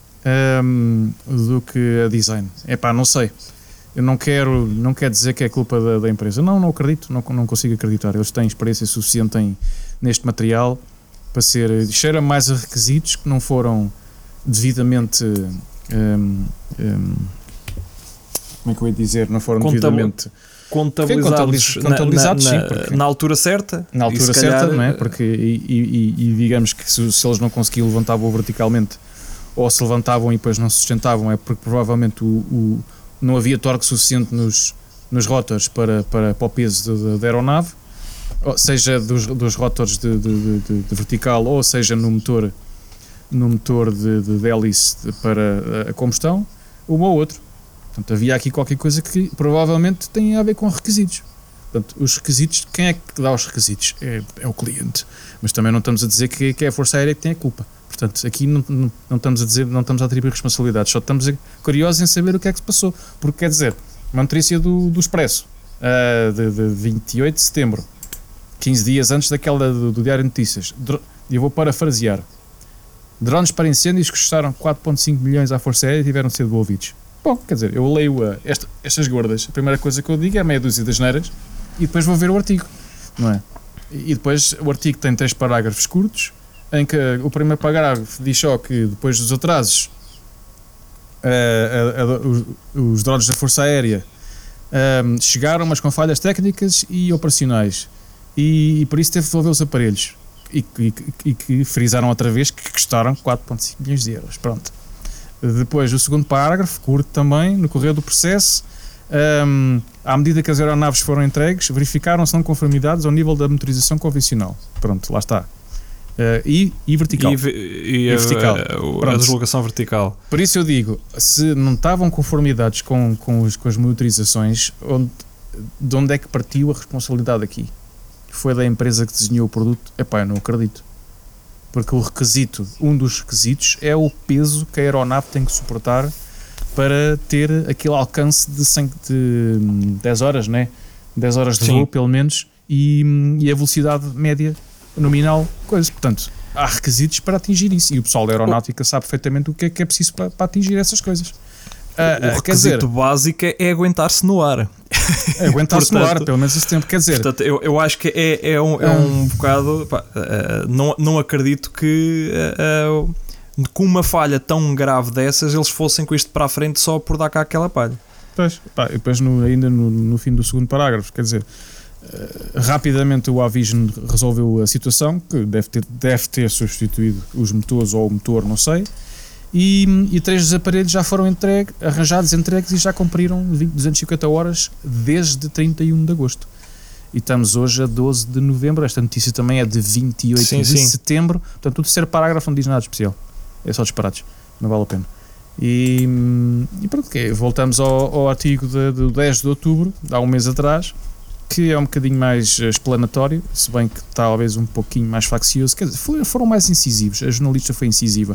hum, do que a design. É pá, não sei. Eu não quero, não quero dizer que é culpa da, da empresa. Não, não acredito, não, não consigo acreditar. Eles têm experiência suficiente em, neste material para ser. Cheira mais a requisitos que não foram devidamente. Hum, hum, como é que eu ia dizer? Não foram Contabil- devidamente. Contabilizados, Contabiliz- contabilizados, na, sim, na, porque- na altura certa. Na E altura se calhar, certa, não é? Porque, e, e- e digamos que se, se eles não conseguiam levantar voo verticalmente ou se levantavam e depois não se sustentavam, é porque provavelmente o, o- não havia torque suficiente nos, nos rotors para, para, para o peso de- de- da aeronave, ou seja dos, dos rotors de, de- de- de vertical, ou seja no motor, no motor de, de, de hélice de- para a combustão, um ou outro. Portanto, havia aqui qualquer coisa que provavelmente tem a ver com requisitos. Portanto, os requisitos, quem é que dá os requisitos? É, é o cliente. Mas também não estamos a dizer que, que é a Força Aérea que tem a culpa. Portanto, aqui não, não, não estamos a dizer, não estamos a atribuir responsabilidades, só estamos a, curiosos em saber o que é que se passou. Porque quer dizer, uma notícia do, do Expresso, uh, de, de vinte e oito de setembro, quinze dias antes daquela do, do Diário de Notícias, e eu vou parafrasear: drones para incêndios que custaram quatro vírgula cinco milhões à Força Aérea e tiveram de ser devolvidos. Bom, quer dizer, eu leio uh, esta, estas gordas, a primeira coisa que eu digo é meia dúzia de asneiras e depois vou ver o artigo, não é? E depois o artigo tem três parágrafos curtos, em que uh, o primeiro parágrafo diz só que depois dos atrasos uh, uh, uh, os, os drones da Força Aérea um, chegaram, mas com falhas técnicas e operacionais, e, e por isso teve de devolver os aparelhos, e, e, e que frisaram outra vez que custaram quatro vírgula cinco milhões de euros. Pronto. Depois o segundo parágrafo, curto também, no correr do processo, um, à medida que as aeronaves foram entregues, verificaram-se não conformidades ao nível da motorização convencional. Pronto, lá está. Uh, e, e vertical. E, e, E a, vertical. a, a, a deslocação vertical. Por isso eu digo, se não estavam conformidades com, com, os, com as motorizações, onde, de onde é que partiu a responsabilidade aqui? Foi da empresa que desenhou o produto? Epá, eu não acredito. Porque o requisito, um dos requisitos é o peso que a aeronave tem que suportar para ter aquele alcance de, cem, de dez horas, né? dez horas de Sim. voo, pelo menos, e, e a velocidade média nominal, coisa. Portanto, há requisitos para atingir isso, e o pessoal da aeronáutica sabe perfeitamente o que é que é preciso para, para atingir essas coisas. O Uh, uh, quer dizer, requisito básico é aguentar-se no ar. é aguentar-se no ar, Portanto- pelo menos esse tempo. Quer dizer, Portanto, eu, eu acho que é, é, um, é um bocado. Pá, uh, não, não acredito que uh, uh, com uma falha tão grave dessas eles fossem com isto para a frente só por dar cá aquela palha. Pois, pá, e depois no, ainda no, no fim do segundo parágrafo, quer dizer, uh, rapidamente o Avision resolveu a situação, que deve ter, deve ter substituído os motores ou o motor, não sei, e, e três dos aparelhos já foram entregue, arranjados, entregues e já cumpriram duzentas e cinquenta horas desde trinta e um de agosto. E estamos hoje a doze de novembro, esta notícia também é de vinte e oito Sim, de sim. setembro, portanto o terceiro parágrafo não diz nada de especial, é só disparados, não vale a pena. E, e pronto, okay, voltamos ao, ao artigo de, de dez de outubro, há um mês atrás, que é um bocadinho mais explanatório, se bem que talvez um pouquinho mais faccioso, quer dizer, foi, foram mais incisivos, a jornalista foi incisiva.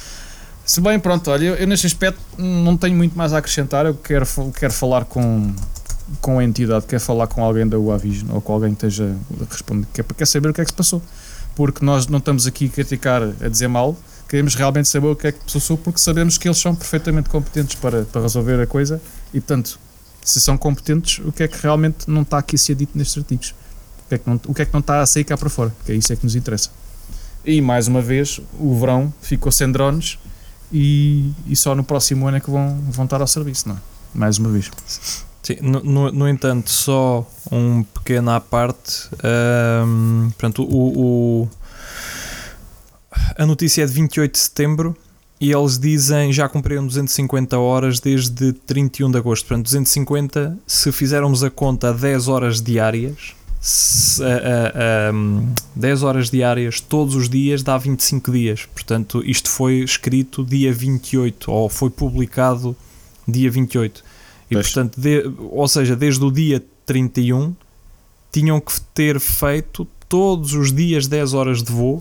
Se bem, pronto, olha, eu, eu neste aspecto não tenho muito mais a acrescentar, eu quero, quero falar com, com a entidade, quero falar com alguém da Uavision, ou com alguém que esteja a responder, quer, quer saber o que é que se passou, porque nós não estamos aqui a criticar, a dizer mal, queremos realmente saber o que é que se passou, porque sabemos que eles são perfeitamente competentes para, para resolver a coisa, e portanto, se são competentes, o que é que realmente não está aqui a ser dito nestes artigos? O que é que não, o que é que não está a sair cá para fora? Que é isso é que nos interessa. E mais uma vez, o verão ficou sem drones e, e só no próximo ano é que vão, vão estar ao serviço, não é? Mais uma vez. Sim, no, no, no entanto, só um pequeno à parte. Um, portanto, o, o, a notícia é de vinte e oito de setembro e eles dizem já cumpriram duzentas e cinquenta horas desde trinta e um de agosto. Portanto, duzentas e cinquenta, se fizermos a conta a dez horas diárias, se, a, a, a, dez horas diárias todos os dias dá vinte e cinco dias. Portanto, isto foi escrito dia vinte e oito ou foi publicado dia vinte e oito. E pois. Portanto, de, ou seja, desde o dia trinta e um tinham que ter feito todos os dias dez horas de voo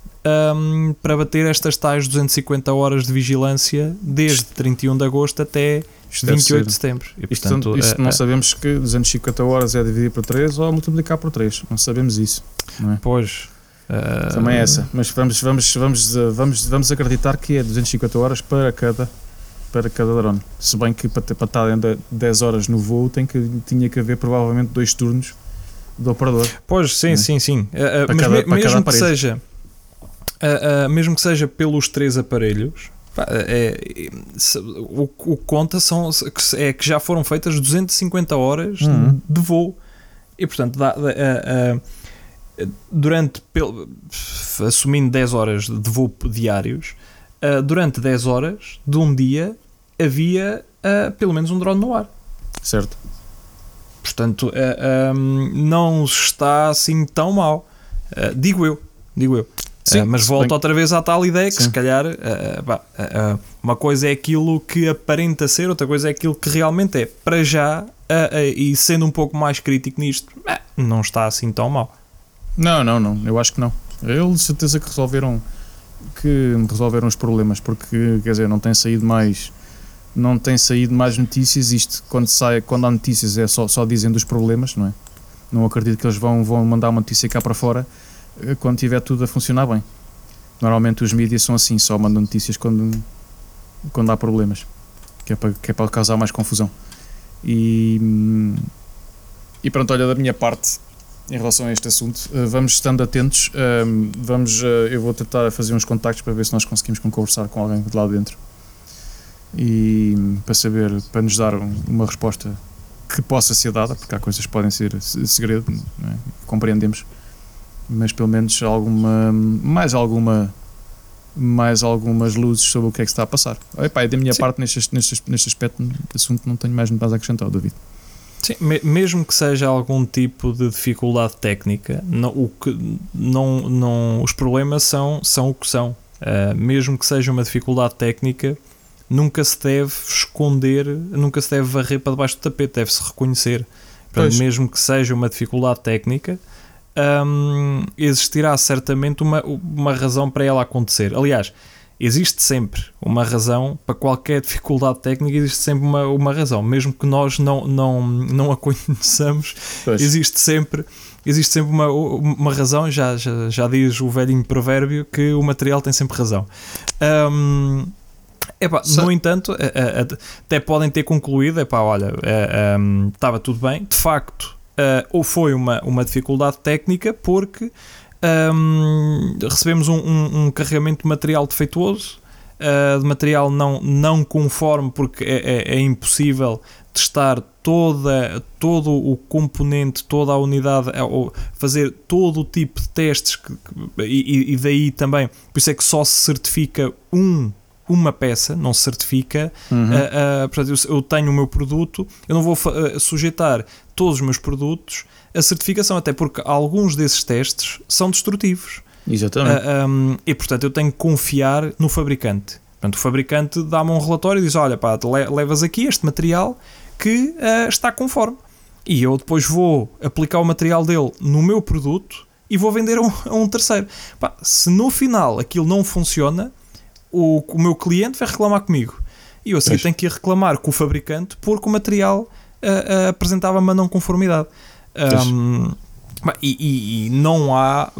um, para bater estas tais duzentas e cinquenta horas de vigilância desde trinta e um de agosto até vinte e oito de setembro. E, isto, portanto, isto é, não é, sabemos que duzentas e cinquenta horas é dividir por três ou multiplicar por três. Não sabemos isso. Não é? Pois. Uh, Também é essa. Mas vamos, vamos, vamos, vamos, vamos acreditar que é duzentas e cinquenta horas para cada para cada drone. Se bem que para, ter, para estar ainda dez horas no voo tem que, tinha que haver provavelmente dois turnos do operador. Pois, sim, né? sim, sim. Uh, mas cada, me, mesmo, que seja, uh, uh, mesmo que seja pelos três aparelhos, pá, é, é, se, o que conta são, é que já foram feitas duzentas e cinquenta horas uhum. de voo. E, portanto, dá, uh, uh, durante, assumindo dez horas de voo diários, Uh, durante dez horas de um dia havia uh, pelo menos um drone no ar. Certo. Portanto, uh, um, não está assim tão mal. Uh, digo eu. Digo eu. Sim, uh, mas volto bem... outra vez à tal ideia que Sim. se calhar uh, bah, uh, uma coisa é aquilo que aparenta ser, outra coisa é aquilo que realmente é. Para já, uh, uh, e sendo um pouco mais crítico nisto, uh, não está assim tão mal. Não, não, não. Eu acho que não. Eles de certeza que resolveram que resolveram os problemas, porque quer dizer, não tem saído mais não tem saído mais notícias. Isto quando sai, quando há notícias é só, só dizem dos problemas, não é? Não acredito que eles vão, vão mandar uma notícia cá para fora quando tiver tudo a funcionar bem. Normalmente os mídias são assim, só mandam notícias quando, quando há problemas, que é para, que é para causar mais confusão. E, e pronto, olha, da minha parte em relação a este assunto, vamos estando atentos, vamos, eu vou tentar fazer uns contactos para ver se nós conseguimos conversar com alguém de lá dentro e para saber, para nos dar uma resposta que possa ser dada, porque há coisas que podem ser segredo, não é? Compreendemos, mas pelo menos alguma, mais alguma mais algumas luzes sobre o que é que está a passar. Epá, da minha Sim. parte neste, neste, neste aspecto de assunto não tenho mais nada a acrescentar, David. Sim, mesmo que seja algum tipo de dificuldade técnica, não, o que, não, não, os problemas são, são o que são. Uh, mesmo que seja uma dificuldade técnica, nunca se deve esconder, nunca se deve varrer para debaixo do tapete, deve-se reconhecer. Portanto, mesmo que seja uma dificuldade técnica, um, existirá certamente uma, uma razão para ela acontecer. Aliás, existe sempre uma razão para qualquer dificuldade técnica, existe sempre uma, uma razão, mesmo que nós não, não, não a conheçamos, pois. existe sempre, existe sempre uma, uma razão, já, já, já diz o velhinho provérbio que o material tem sempre razão. Um, epá, no entanto, até podem ter concluído, epá, olha, um, estava tudo bem, de facto, uh, ou foi uma, uma dificuldade técnica porque Um, recebemos um, um, um carregamento de material defeituoso, uh, de material não, não conforme, porque é, é, é impossível testar toda, todo o componente, toda a unidade, ou fazer todo o tipo de testes que, que, e, e daí também, por isso é que só se certifica um uma peça, não se certifica. Uhum. uh, uh, portanto, eu, eu tenho o meu produto, eu não vou uh, sujeitar todos os meus produtos a certificação, até porque alguns desses testes são destrutivos. Exatamente. Uh, um, e portanto eu tenho que confiar no fabricante. Portanto, o fabricante dá-me um relatório e diz, olha pá, levas aqui este material que uh, está conforme. E eu depois vou aplicar o material dele no meu produto e vou vender a um, a um terceiro. Pá, se no final aquilo não funciona, o, o meu cliente vai reclamar comigo. E eu a seguir tenho que ir reclamar com o fabricante porque o material uh, uh, apresentava uma não conformidade. Um, e, e, e não há,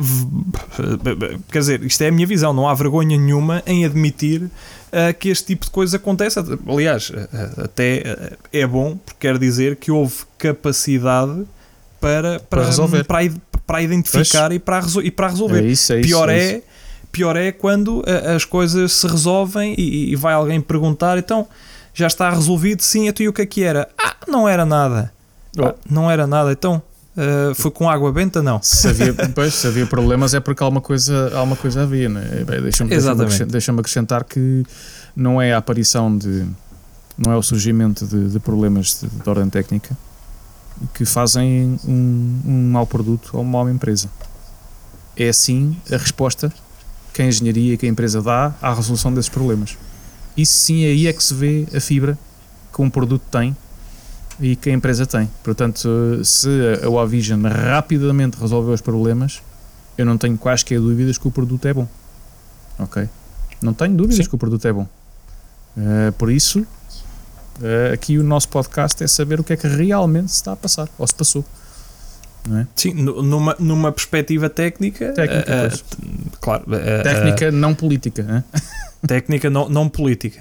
quer dizer, isto é a minha visão, não há vergonha nenhuma em admitir uh, que este tipo de coisa acontece. Aliás, uh, até uh, é bom, porque quer dizer que houve capacidade para, para, para resolver, para, para identificar e para, e para resolver. É isso, é pior, isso, é, é, pior é quando a, as coisas se resolvem e, e vai alguém perguntar, então já está resolvido, sim, então e o que é que era? Ah, não era nada. Oh. Ah, não era nada, então uh, foi com água benta, não. Se havia, pois, se havia problemas é porque alguma coisa, alguma coisa havia, né? Deixa-me, deixa-me, deixa-me acrescentar que não é a aparição de, não é o surgimento de, de problemas de, de ordem técnica que fazem um, um mau produto ou uma má empresa. É sim a resposta que a engenharia e que a empresa dá à resolução desses problemas. Isso sim, aí é que se vê a fibra que um produto tem e que a empresa tem. Portanto, se a Oavision rapidamente resolveu os problemas, eu não tenho quaisquer dúvidas que o produto é bom. Ok? Não tenho dúvidas sim. que o produto é bom. Uh, por isso, uh, aqui o nosso podcast é saber o que é que realmente se está a passar, ou se passou. Não é? Sim, numa, numa perspectiva técnica. Técnica, uh, uh, claro. Uh, técnica uh, não política. Hein? Técnica não, não política.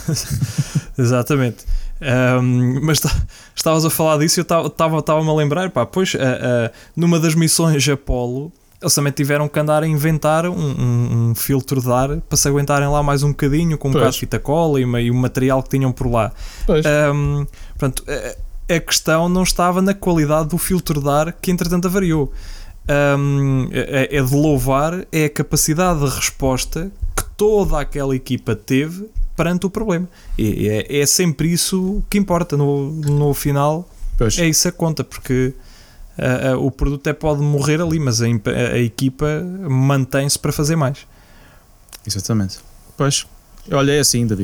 Exatamente. Um, mas estavas a falar disso e eu estava-me a lembrar, pá, pois, uh, uh, numa das missões Apollo, eles também tiveram que andar a inventar um, um, um filtro de ar para se aguentarem lá mais um bocadinho, com um bocado de fita cola e, e o material que tinham por lá. Um, portanto, a, a questão não estava na qualidade do filtro de ar que entretanto avariou. Um, é, é de louvar, é a capacidade de resposta que toda aquela equipa teve perante o problema. E é, é sempre isso que importa no, no final. Pois. É isso a conta, porque uh, uh, o produto até pode morrer ali, mas a, a, a equipa mantém-se para fazer mais. Exatamente. Pois, olha, é assim, David.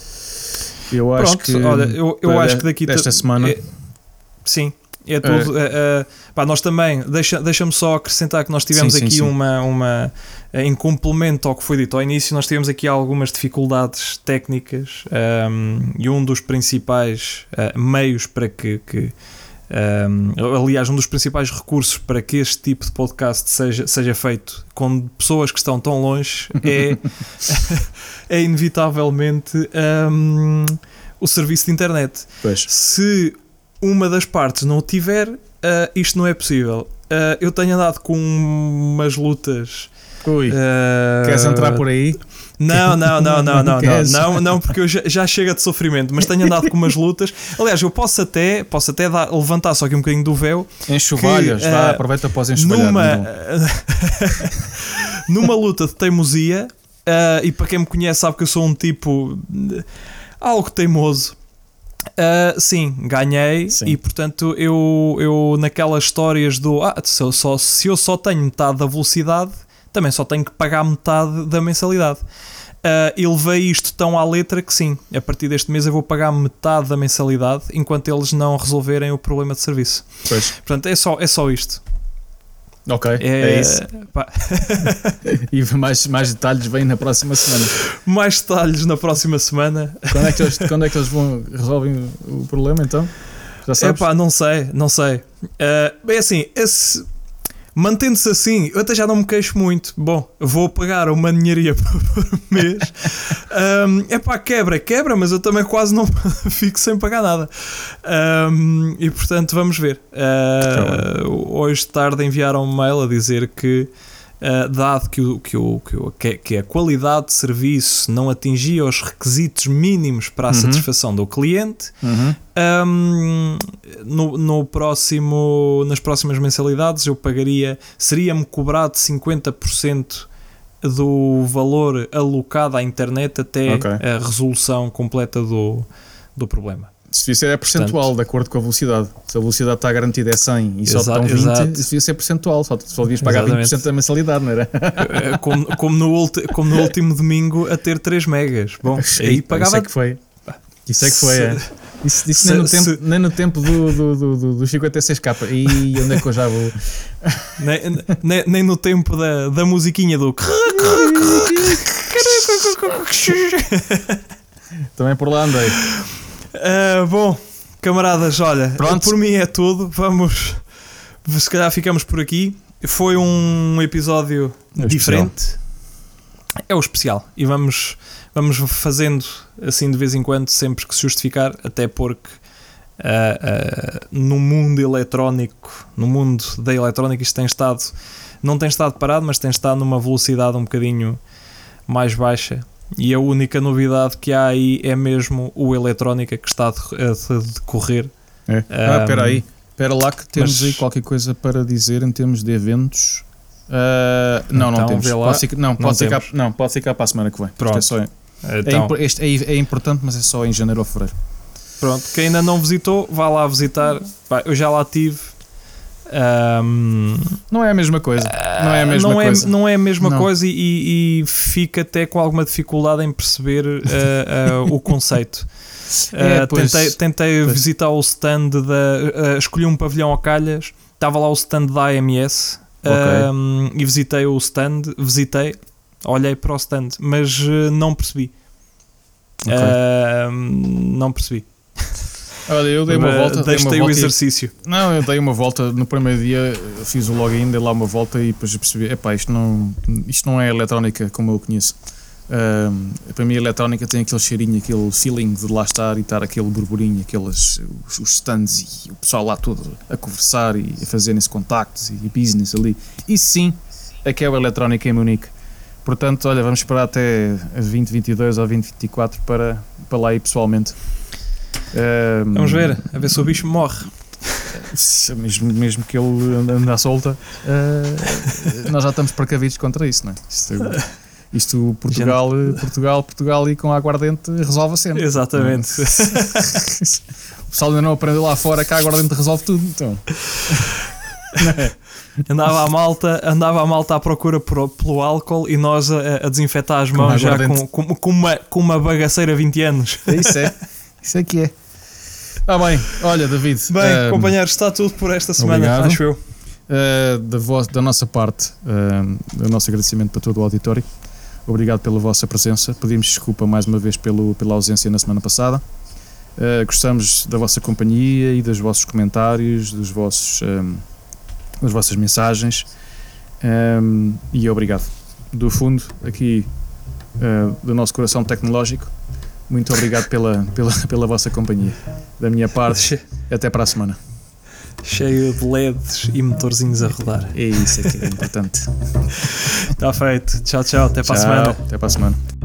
Eu acho Pronto, que olha, eu, eu acho que daqui desta semana é, sim, é tudo. É. Uh, uh, pá, nós também, deixa, deixa-me só acrescentar que nós tivemos sim, sim, aqui sim. uma, uma em complemento ao que foi dito ao início, nós tivemos aqui algumas dificuldades técnicas um, e um dos principais uh, meios para que, que um, aliás, um dos principais recursos para que este tipo de podcast seja, seja feito com pessoas que estão tão longe é, é inevitavelmente um, o serviço de internet. Pois. Se uma das partes não o tiver, uh, isto não é possível. Uh, eu tenho andado com umas lutas. Ui, uh, queres entrar por aí? Não, não, não, não, não, não, não, não, porque eu já, já chega de sofrimento, mas tenho andado com umas lutas. Aliás, eu posso até, posso até dar, levantar só aqui um bocadinho do véu. Enxovalhas, vá, uh, aproveita para os enxovalhar. Numa, numa luta de teimosia, uh, e para quem me conhece sabe que eu sou um tipo uh, algo teimoso. Uh, sim, ganhei sim. E portanto eu, eu naquelas histórias do ah, se, eu só, se eu só tenho metade da velocidade, também só tenho que pagar metade da mensalidade. Uh, eu levei isto tão à letra que sim, a partir deste mês eu vou pagar metade da mensalidade enquanto eles não resolverem o problema de serviço. Pois. Portanto, é só, é só isto. Ok, é, é isso. E mais, mais detalhes vêm na próxima semana. Mais detalhes na próxima semana. Quando é que eles, quando é que eles vão resolver o problema então? Já sabes? É pá, não sei, não sei. Uh, bem assim, esse, mantendo-se assim, eu até já não me queixo muito. Bom, vou pagar uma ninharia por mês. Um, é pá, quebra, quebra, mas eu também quase não fico sem pagar nada. Um, e portanto, vamos ver. Uh, hoje de tarde enviaram um mail a dizer que, uh, dado que, o, que, o, que, o, que a qualidade de serviço não atingia os requisitos mínimos para a uhum. satisfação do cliente, uhum. um, no, no próximo, nas próximas mensalidades eu pagaria, seria-me cobrado cinquenta por cento do valor alocado à internet até okay. a resolução completa do, do problema. Se devia ser é percentual, portanto, de acordo com a velocidade. Se a velocidade está garantida é cem e só estão vinte, exato. Devia ser percentual, só, só devias pagar exatamente. vinte por cento da mensalidade, não era? Como, como, no, ulti, como no último domingo a ter três megas. Bom, aí pagava... Isso é que foi. Isso é que foi, é. Isso, isso se, nem, no tempo, se... nem no tempo do, do, do, do, do cinquenta e seis K. E onde é que eu já vou? Nem, nem, nem no tempo da, da musiquinha do... Também por lá andei. Uh, bom, camaradas, olha, pronto. Por mim é tudo. Vamos, se calhar ficamos por aqui. Foi um episódio é diferente. Especial. É o especial. E vamos, vamos fazendo assim de vez em quando, sempre que se justificar, até porque uh, no mundo eletrónico, no mundo da eletrónica, isto tem estado, não tem estado parado, mas tem estado numa velocidade um bocadinho mais baixa. E a única novidade que há aí é mesmo o eletrónica que está a decorrer. É. Ah, espera um, aí, espera lá que temos mas, aí qualquer coisa para dizer em termos de eventos. Uh, não, então, não temos. Lá, pode ser, não, pode não, ser cá, não, pode ser cá para a semana que vem. Pronto. É, só, então, é, este é, é importante, mas é só em janeiro ou fevereiro. Pronto, quem ainda não visitou, vá lá visitar. Eu já lá tive. Um, não é a mesma coisa. Não é a mesma não coisa. É, não é a mesma não. coisa e, e fica até com alguma dificuldade em perceber uh, uh, o conceito. É, uh, pois, tentei tentei pois. visitar o stand, da, uh, escolhi um pavilhão ao calhas, estava lá o stand da A M S, okay. um, e visitei o stand, visitei, olhei para o stand, mas uh, não percebi. Okay. Uh, não percebi. Olha, eu dei uma volta. Deixei dei uma o volta exercício. E, não, eu dei uma volta no primeiro dia, fiz o login, dei lá uma volta e depois percebi: epá, isto não, isto não é eletrónica como eu conheço. Um, para mim, a eletrónica tem aquele cheirinho, aquele feeling de lá estar e estar aquele burburinho, aqueles os, os stands e o pessoal lá todo a conversar e a fazerem-se contactos e business ali. Isso sim, é que é a eletrónica em Munique. Portanto, olha, vamos esperar até vinte e vinte e dois ou vinte e vinte e quatro para, para lá ir pessoalmente. Um, Vamos ver, a ver se o bicho morre. Mesmo, mesmo que ele ande à solta, uh, nós já estamos precavidos contra isso, não é? Isto, isto Portugal, Gente... Portugal, Portugal e com a aguardente resolve sempre. Exatamente. O pessoal ainda não aprendeu lá fora que a aguardente resolve tudo, então. Andava a malta, andava a malta à procura por, pelo álcool e nós a, a desinfetar as mãos já com, com, com, uma, com uma bagaceira vinte anos. Isso é. Isso é que é. Ah, bem, olha, David. Bem, um, companheiros, está tudo por esta semana, obrigado. acho eu. Uh, da, voz, da nossa parte, uh, o nosso agradecimento para todo o auditório. Obrigado pela vossa presença. Pedimos desculpa mais uma vez pelo, pela ausência na semana passada. Uh, gostamos da vossa companhia e dos vossos comentários, dos vossos, um, das vossas mensagens. Um, e obrigado. Do fundo, aqui, uh, do nosso coração tecnológico. Muito obrigado pela, pela, pela vossa companhia. Da minha parte, até para a semana. Cheio de L E Ds e motorzinhos a rodar. É isso aqui, é importante. Está feito. Tchau, tchau. Até para tchau, a semana. Até para a semana.